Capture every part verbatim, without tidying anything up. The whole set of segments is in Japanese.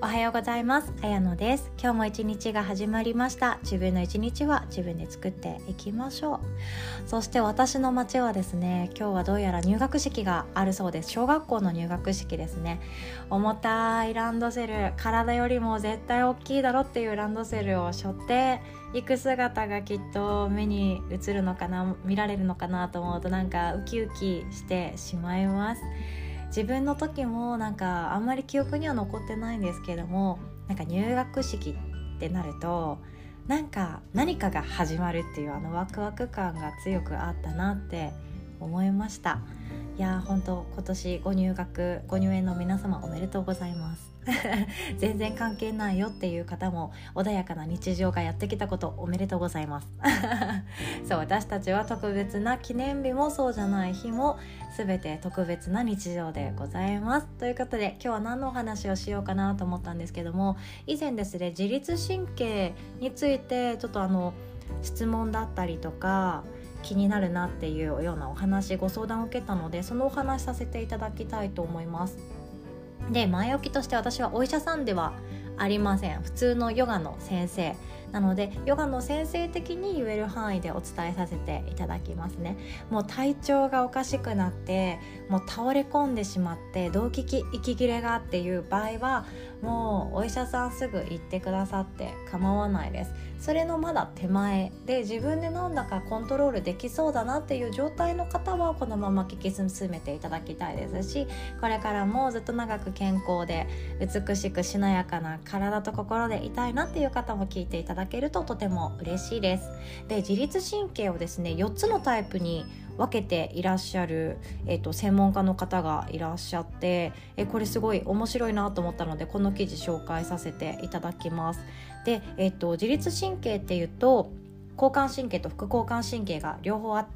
おはようございます。あやのです。今日も一日が始まりました。自分の一日は自分で作っていきましょう。そして私の町はですね、今日はどうやら入学式があるそうです。小学校の入学式ですね。重たいランドセル、体よりも絶対大きいだろっていうランドセルを背負って行く姿がきっと目に映るのかな、見られるのかなと思うと、なんかウキウキしてしまいます。自分の時もなんかあんまり記憶には残ってないんですけども、なんか入学式ってなるとなんか何かが始まるっていうあのワクワク感が強くあったなって思いました。いや本当今年ご入学ご入園の皆様おめでとうございます全然関係ないよっていう方も穏やかな日常がやってきたことおめでとうございますそう、私たちは特別な記念日もそうじゃない日も全て特別な日常でございます。ということで今日は何のお話をしようかなと思ったんですけども、以前ですね、自律神経についてちょっとあの質問だったりとか気になるなっていうようなお話ご相談を受けたので、そのお話させていただきたいと思います。で、前置きとして私はお医者さんではありません。普通のヨガの先生なので、ヨガの先生的に言える範囲でお伝えさせていただきますね。もう体調がおかしくなってもう倒れ込んでしまって動悸息切れがっていう場合はもうお医者さんすぐ行ってくださって構わないです。それのまだ手前で自分でなんだかコントロールできそうだなっていう状態の方はこのまま聞き進めていただきたいですし、これからもずっと長く健康で美しくしなやかな体と心でいたいなっていう方も聞いていただけるととても嬉しいです。で、自律神経をですねよっつのタイプに分けていらっしゃる、えーと、専門家の方がいらっしゃって、えこれすごい面白いなと思ったのでこの記事紹介させていただきます。で、えーと、自律神経っていうと交感神経と副交感神経が両方あって、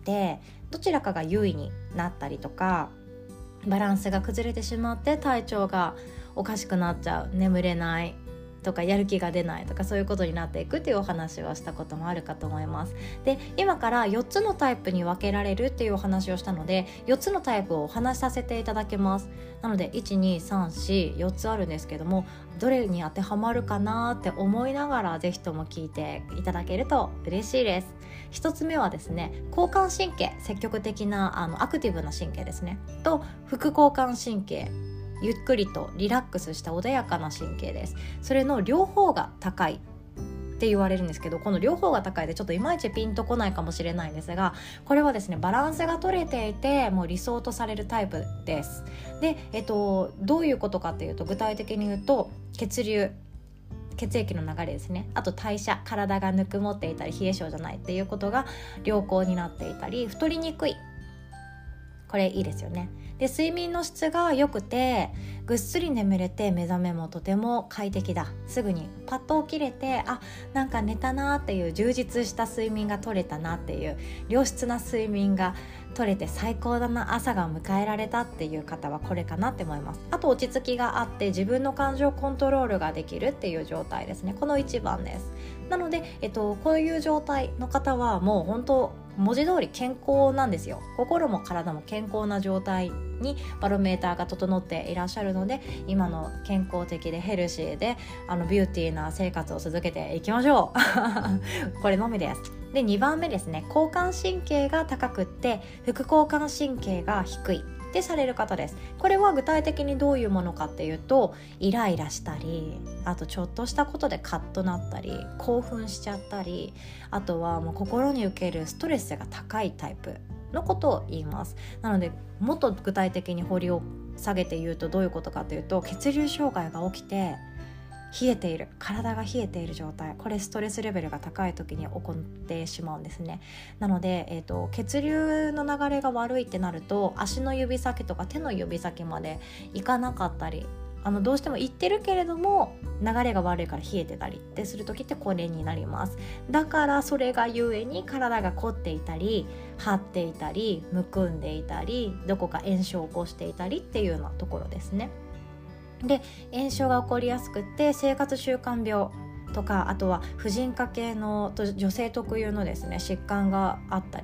どちらかが優位になったりとかバランスが崩れてしまって体調がおかしくなっちゃう、眠れないとかやる気が出ないとかそういうことになっていくっていうお話をしたこともあるかと思います。で、今からよっつのタイプに分けられるっていうお話をしたのでよっつのタイプをお話しさせていただきます。なのでいち、に、さん、し、よっつあるんですけども、どれに当てはまるかなって思いながらぜひとも聞いていただけると嬉しいです。ひとつめはですね、交感神経、積極的なあのアクティブな神経ですねと副交感神経、ゆっくりとリラックスした穏やかな神経です。それの両方が高いって言われるんですけど、この両方が高いでちょっといまいちピンとこないかもしれないんですが、これはですねバランスが取れていてもう理想とされるタイプです。で、えっと、どういうことかっていうと、具体的に言うと血流、血液の流れですね、あと代謝、体がぬくもっていたり冷え性じゃないっていうことが良好になっていたり、太りにくい、これいいですよね。で、睡眠の質が良くてぐっすり眠れて目覚めもとても快適だ、すぐにパッと起きれて、あ、なんか寝たなっていう充実した睡眠が取れたなっていう良質な睡眠が取れて最高だな、朝が迎えられたっていう方はこれかなって思います。あと落ち着きがあって自分の感情コントロールができるっていう状態ですね。このいちばんです。なので、えっと、こういう状態の方はもう本当文字通り健康なんですよ。心も体も健康な状態にバロメーターが整っていらっしゃるので、今の健康的でヘルシーであのビューティーな生活を続けていきましょうこれのみです。で、にばんめですね、交感神経が高くって副交感神経が低いってされる方です。これは具体的にどういうものかっていうと、イライラしたり、あとちょっとしたことでカッとなったり興奮しちゃったり、あとはもう心に受けるストレスが高いタイプのことを言います。なのでもっと具体的に掘りを下げて言うとどういうことかというと、血流障害が起きて冷えている、体が冷えている状態、これストレスレベルが高い時に起こってしまうんですね。なので、えーと、血流の流れが悪いってなると足の指先とか手の指先まで行かなかったり、あのどうしても行ってるけれども流れが悪いから冷えてたりってする時ってこれになります。だからそれがゆえに体が凝っていたり張っていたりむくんでいたりどこか炎症を起こしていたりっていうようなところですね。で、炎症が起こりやすくって生活習慣病とか、あとは婦人科系の女性特有のですね疾患があったり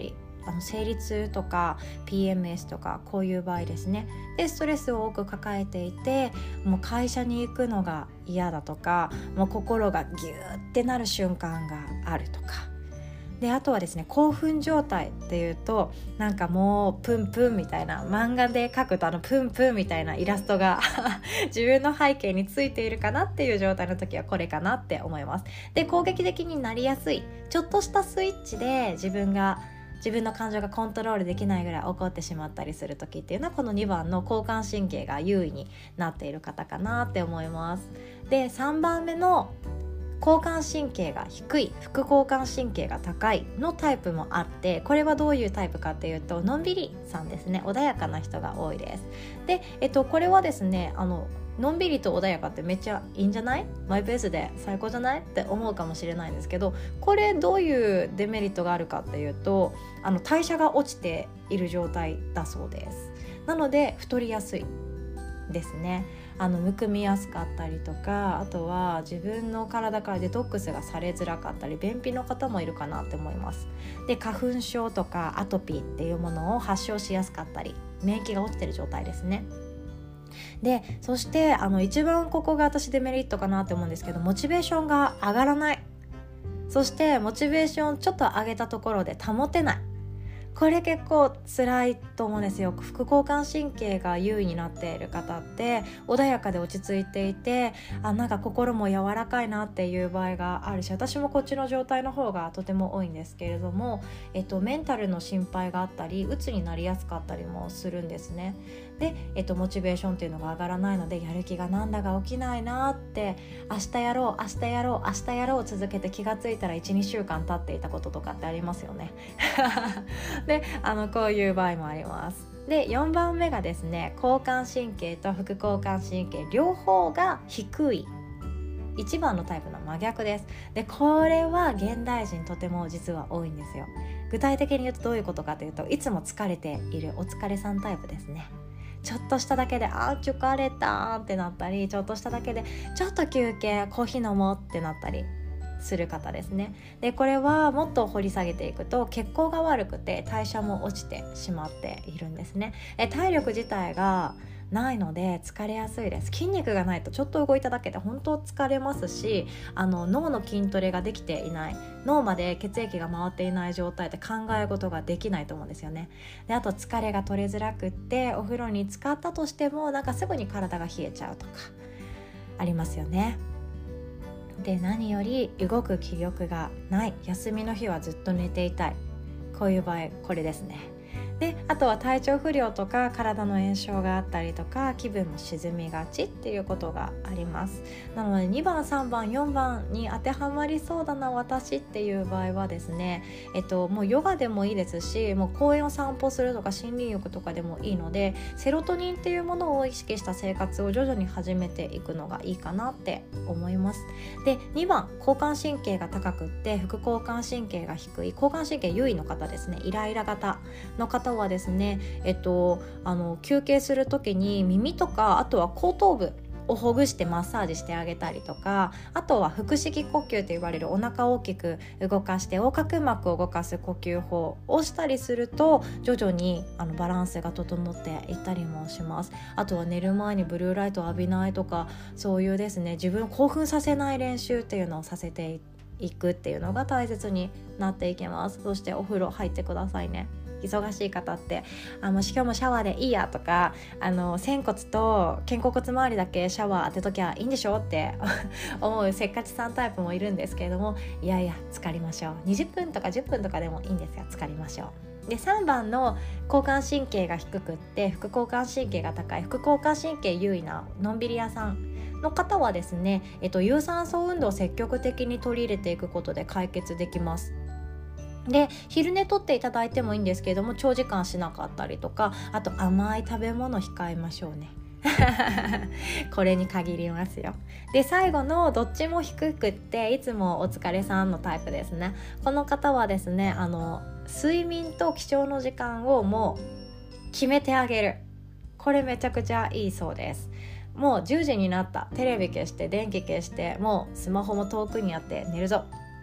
あの生理痛とか ピーエムエス とかこういう場合ですね。でストレスを多く抱えていて、もう会社に行くのが嫌だとか、もう心がギューってなる瞬間があるとかで、あとはですね、興奮状態っていうと、なんかもうプンプンみたいな、漫画で描くとあのプンプンみたいなイラストが自分の背景についているかなっていう状態の時はこれかなって思います。で、攻撃的になりやすいちょっとしたスイッチで自分が自分の感情がコントロールできないぐらい怒ってしまったりする時っていうのは、このにばんの交感神経が優位になっている方かなって思います。で、さんばんめの交感神経が低い、副交感神経が高いのタイプもあって、これはどういうタイプかっていうと、のんびりさんですね。穏やかな人が多いです。で、えっと、これはですね、あののんびりと穏やかってめっちゃいいんじゃない？マイペースで最高じゃない？って思うかもしれないんですけど、これどういうデメリットがあるかっていうと、あの代謝が落ちている状態だそうです。なので太りやすいですね。あのむくみやすかったりとか、あとは自分の体からデトックスがされづらかったり、便秘の方もいるかなって思います。で、花粉症とかアトピーっていうものを発症しやすかったり、免疫が落ちてる状態ですね。で、そしてあの一番ここが私デメリットかなって思うんですけど、モチベーションが上がらない。そしてモチベーションちょっと上げたところで保てない。これ結構辛いと思うんですよ。副交感神経が優位になっている方って穏やかで落ち着いていて、あ、なんか心も柔らかいなっていう場合があるし、私もこっちの状態の方がとても多いんですけれども、えっと、メンタルの心配があったり、鬱になりやすかったりもするんですね。で、えっと、モチベーションっていうのが上がらないので、やる気がなんだか起きないなって、明日やろう明日やろう明日やろう続けて気がついたら いちにしゅうかん経っていたこととかってありますよねで、あのこういう場合もあります。で、よんばんめがですね、交感神経と副交感神経両方が低いいちばんのタイプの真逆です。で、これは現代人とても実は多いんですよ。具体的に言うとどういうことかというと、いつも疲れているお疲れさんタイプですね。ちょっとしただけであー疲れたってなったり、ちょっとしただけでちょっと休憩コーヒー飲もうってなったりする方ですね。で、これはもっと掘り下げていくと、血行が悪くて代謝も落ちてしまっているんですね。え体力自体がないので疲れやすいです。筋肉がないとちょっと動いただけで本当疲れますし、あの脳の筋トレができていない、脳まで血液が回っていない状態で考え事ができないと思うんですよね。で、あと疲れが取れづらくって、お風呂に浸かったとしてもなんかすぐに体が冷えちゃうとかありますよね。で、何より動く気力がない、休みの日はずっと寝ていたい、こういう場合これですね。で、あとは体調不良とか体の炎症があったりとか、気分も沈みがちっていうことがあります。なのでにばんさんばんよんばんに当てはまりそうだな私っていう場合はですね、えっともうヨガでもいいですし、もう公園を散歩するとか森林浴とかでもいいので、セロトニンっていうものを意識した生活を徐々に始めていくのがいいかなって思います。で、にばん交感神経が高くって副交感神経が低い、交感神経優位の方ですね、イライラ型の方はですね、えっと、あの休憩する時に耳とか、あとは後頭部をほぐしてマッサージしてあげたりとか、あとは腹式呼吸と言われるお腹を大きく動かして横隔膜を動かす呼吸法をしたりすると、徐々にあのバランスが整っていったりもします。あとは寝る前にブルーライトを浴びないとか、そういうですね、自分を興奮させない練習っていうのをさせていくっていうのが大切になっていきます。そしてお風呂入ってくださいね。忙しい方ってあのしかもシャワーでいいやとか、あの仙骨と肩甲骨周りだけシャワー当てときゃいいんでしょって思うせっかちさんタイプもいるんですけれども、いやいや浸かりましょう。にじゅっぷんとかじゅっぷんとかでもいいんですが浸かりましょう。で、さんばんの交感神経が低くって副交感神経が高い、副交感神経優位なのんびり屋さんの方はですね、えっと、有酸素運動を積極的に取り入れていくことで解決できます。で、昼寝とっていただいてもいいんですけれども、長時間しなかったりとか、あと甘い食べ物控えましょうねこれに限りますよ。で、最後のどっちも低くっていつもお疲れさんのタイプですね。この方はですね、あの睡眠と起床の時間をもう決めてあげる、これめちゃくちゃいいそうです。もうじゅうじになった、テレビ消して電気消して、もうスマホも遠くにあって寝るぞっ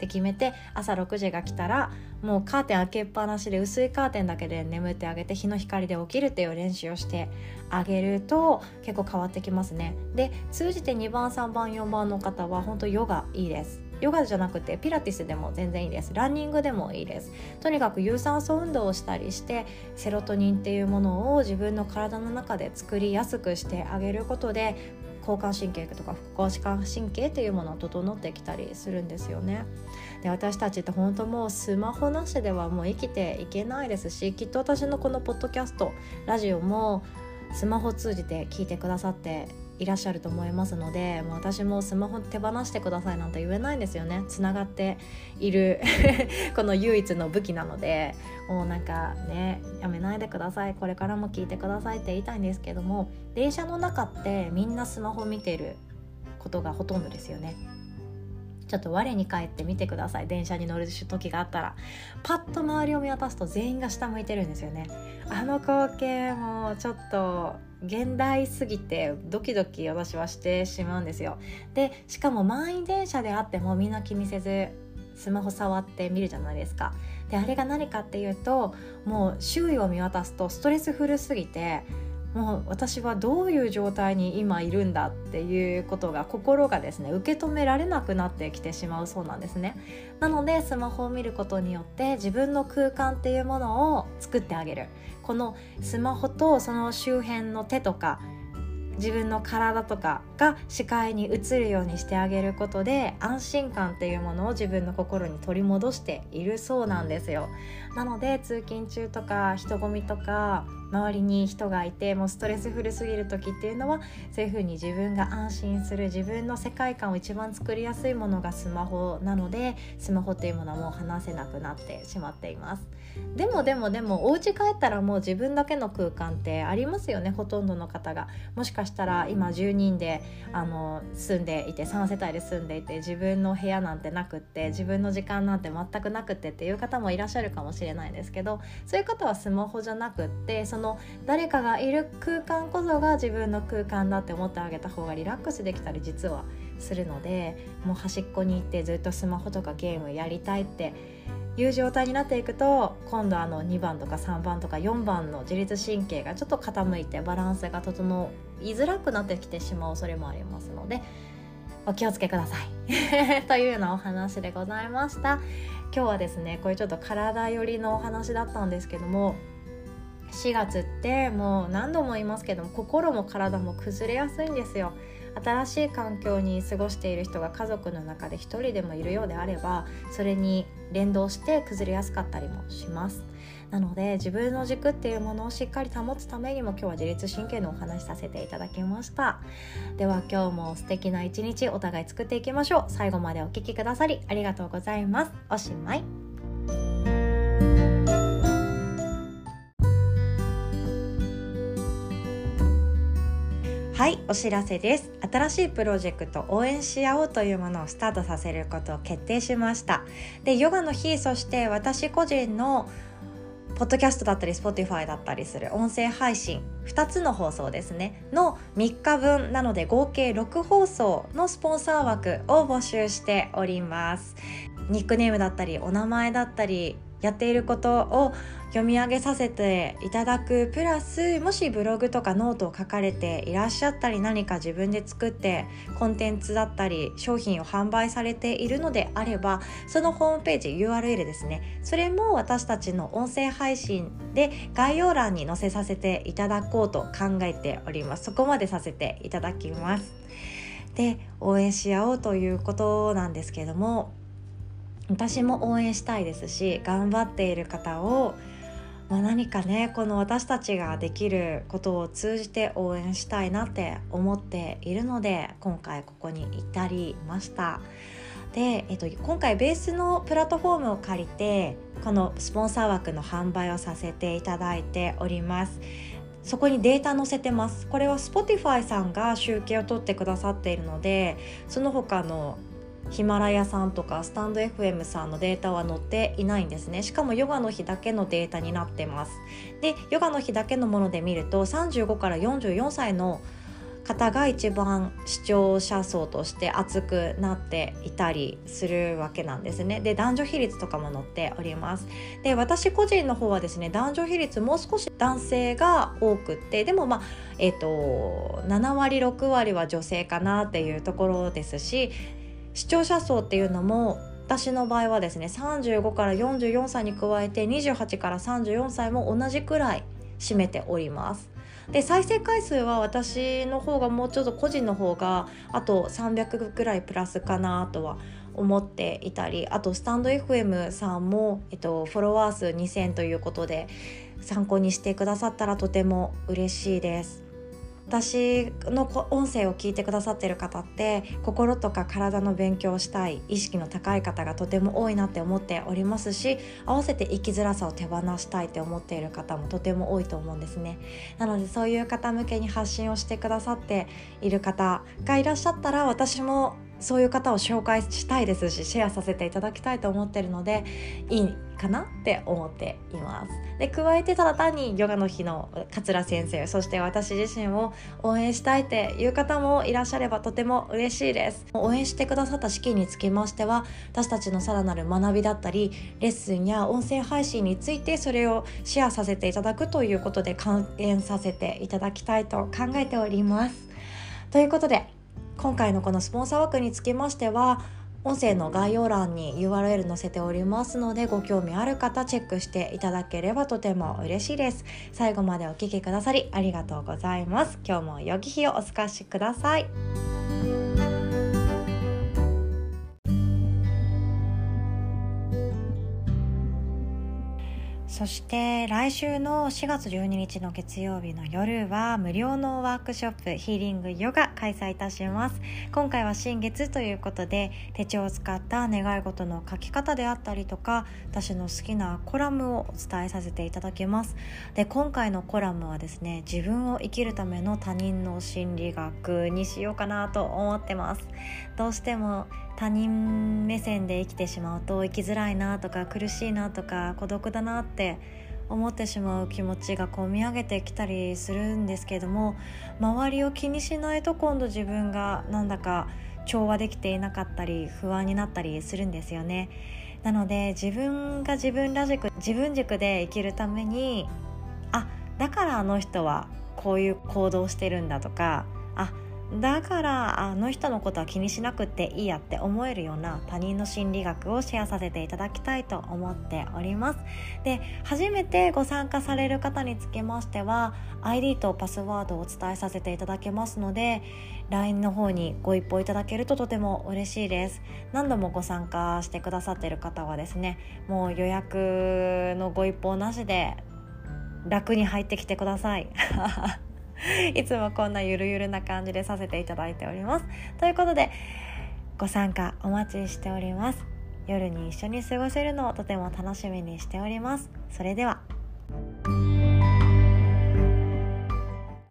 って決めて、朝ろくじが来たらもうカーテン開けっぱなしで薄いカーテンだけで眠ってあげて、日の光で起きるっていう練習をしてあげると結構変わってきますね。で通じてにばんさんばんよんばんの方は本当ヨガいいです。ヨガじゃなくてピラティスでも全然いいです。ランニングでもいいです。とにかく有酸素運動をしたりしてセロトニンっていうものを自分の体の中で作りやすくしてあげることで、交感神経とか副交感神経というものが整ってきたりするんですよね。で私たちって本当もうスマホなしではもう生きていけないですし、きっと私のこのポッドキャストラジオもスマホを通じて聞いてくださっていらっしゃると思いますので、もう私もスマホ手放してくださいなんて言えないんですよね。つながっているこの唯一の武器なので、もうなんかね、やめないでください、これからも聞いてくださいって言いたいんですけども、電車の中ってみんなスマホ見てることがほとんどですよね。ちょっと我に返ってみてください。電車に乗る時があったらパッと周りを見渡すと全員が下向いてるんですよね。あの光景もちょっと現代すぎてドキドキ私はしてしまうんですよ。でしかも満員電車であってもみんな気にせずスマホ触って見るじゃないですか。であれが何かっていうと、もう周囲を見渡すとストレスフルすぎて、もう私はどういう状態に今いるんだっていうことが、心がですね受け止められなくなってきてしまうそうなんですね。なのでスマホを見ることによって自分の空間っていうものを作ってあげる。このスマホとその周辺の手とか自分の体とかが視界に映るようにしてあげることで、安心感っていうものを自分の心に取り戻しているそうなんですよ。なので通勤中とか人混みとか周りに人がいてもうストレスフルすぎる時っていうのは、そういう風に自分が安心する自分の世界観を一番作りやすいものがスマホなので、スマホっていうものはもう離せなくなってしまっています。でもでもでもお家帰ったらもう自分だけの空間ってありますよね。ほとんどの方がもしかしたら今じゅうにんであの住んでいて、さん世帯で住んでいて自分の部屋なんてなくって、自分の時間なんて全くなくってっていう方もいらっしゃるかもしれないんですけど、そういう方はスマホじゃなくって、その誰かがいる空間こそが自分の空間だって思ってあげた方がリラックスできたり実はするので、もう端っこに行ってずっとスマホとかゲームやりたいっていう状態になっていくと、今度あのにばんとかさんばんとかよんばんの自律神経がちょっと傾いてバランスが整いづらくなってきてしまう恐れもありますので、お気をつけくださいというようなお話でございました。今日はですね、これちょっと体寄りのお話だったんですけども、しがつってもう何度も言いますけども、心も体も崩れやすいんですよ。新しい環境に過ごしている人が家族の中で一人でもいるようであれば、それに連動して崩れやすかったりもします。なので自分の軸っていうものをしっかり保つためにも、今日は自律神経のお話しさせていただきました。では今日も素敵な一日お互い作っていきましょう。最後までお聞きくださりありがとうございます。おしまい。はい、お知らせです。新しいプロジェクト応援し合おうというものをスタートさせることを決定しました。で、ヨガの日、そして私個人のポッドキャストだったり Spotify だったりする音声配信ふたつの放送ですねのみっかぶんなので、合計ろく放送のスポンサー枠を募集しております。ニックネームだったりお名前だったりやっていることを読み上げさせていただくプラス、もしブログとかノートを書かれていらっしゃったり、何か自分で作ってコンテンツだったり商品を販売されているのであれば、そのホームページ ユーアールエル ですね、それも私たちの音声配信で概要欄に載せさせていただこうと考えております。そこまでさせていただきます。で、応援し合おうということなんですけれども、私も応援したいですし、頑張っている方を、まあ、何かね、この私たちができることを通じて応援したいなって思っているので、今回ここに至りました。で、えっと、今回ベースのプラットフォームを借りてこのスポンサー枠の販売をさせていただいております。そこにデータ載せてます。これは Spotify さんが集計を取ってくださっているので、その他のヒマラヤさんとかスタンド エフエム さんのデータは載っていないんですね。しかもヨガの日だけのデータになってます。で、ヨガの日だけのもので見るとさんじゅうごからよんじゅうよんさいの方が一番視聴者層として厚くなっていたりするわけなんですね。で、男女比率とかも載っております。で、私個人の方はですね、男女比率もう少し男性が多くって、でもまあえっとななわりろくわりは女性かなっていうところですし、視聴者層っていうのも私の場合はですね、さんじゅうごからよんじゅうよんさいに加えてにじゅうはちからさんじゅうよんさいも同じくらい占めております。で、再生回数は私の方がもうちょっと個人の方があとさんびゃくくらいプラスかなとは思っていたり、あとスタンド エフエム さんも、えっと、フォロワー数にせんということで参考にしてくださったらとても嬉しいです。私の音声を聞いてくださっている方って心とか体の勉強をしたい意識の高い方がとても多いなって思っておりますし、合わせて生きづらさを手放したいって思っている方もとても多いと思うんですね。なのでそういう方向けに発信をしてくださっている方がいらっしゃったら、私もそういう方を紹介したいですし、シェアさせていただきたいと思っているのでいいかなって思っています。で、加えてただ単にヨガの日の桂先生、そして私自身を応援したいっていう方もいらっしゃればとても嬉しいです。応援してくださった資金につきましては、私たちのさらなる学びだったりレッスンや音声配信についてそれをシェアさせていただくということで還元させていただきたいと考えております。ということで、今回のこのスポンサー枠につきましては音声の概要欄に ユーアールエル 載せておりますので、ご興味ある方チェックしていただければとても嬉しいです。最後までお聞きくださりありがとうございます。今日も良き日をお過ごしください。そして来週のしがつじゅうににちの月曜日の夜は無料のワークショップヒーリングヨガ開催いたします。今回は新月ということで手帳を使った願い事の書き方であったりとか、私の好きなコラムをお伝えさせていただきます。で、今回のコラムはですね、自分を生きるための他人の心理学にしようかなと思ってます。どうしても他人目線で生きてしまうと生きづらいなとか苦しいなとか孤独だなって思ってしまう気持ちがこみ上げてきたりするんですけれども、周りを気にしないと今度自分がなんだか調和できていなかったり不安になったりするんですよね。なので自分が自分らしく自分軸で生きるために、あ、だからあの人はこういう行動してるんだとか、あ、だからあの人のことは気にしなくていいやって思えるような他人の心理学をシェアさせていただきたいと思っております。で、初めてご参加される方につきましては アイディー とパスワードをお伝えさせていただけますので、 ライン の方にご一報いただけるととても嬉しいです。何度もご参加してくださっている方はですね、もう予約のご一報なしで楽に入ってきてくださいいつもこんなゆるゆるな感じでさせていただいております。ということでご参加お待ちしております。夜に一緒に過ごせるのをとても楽しみにしております。それでは。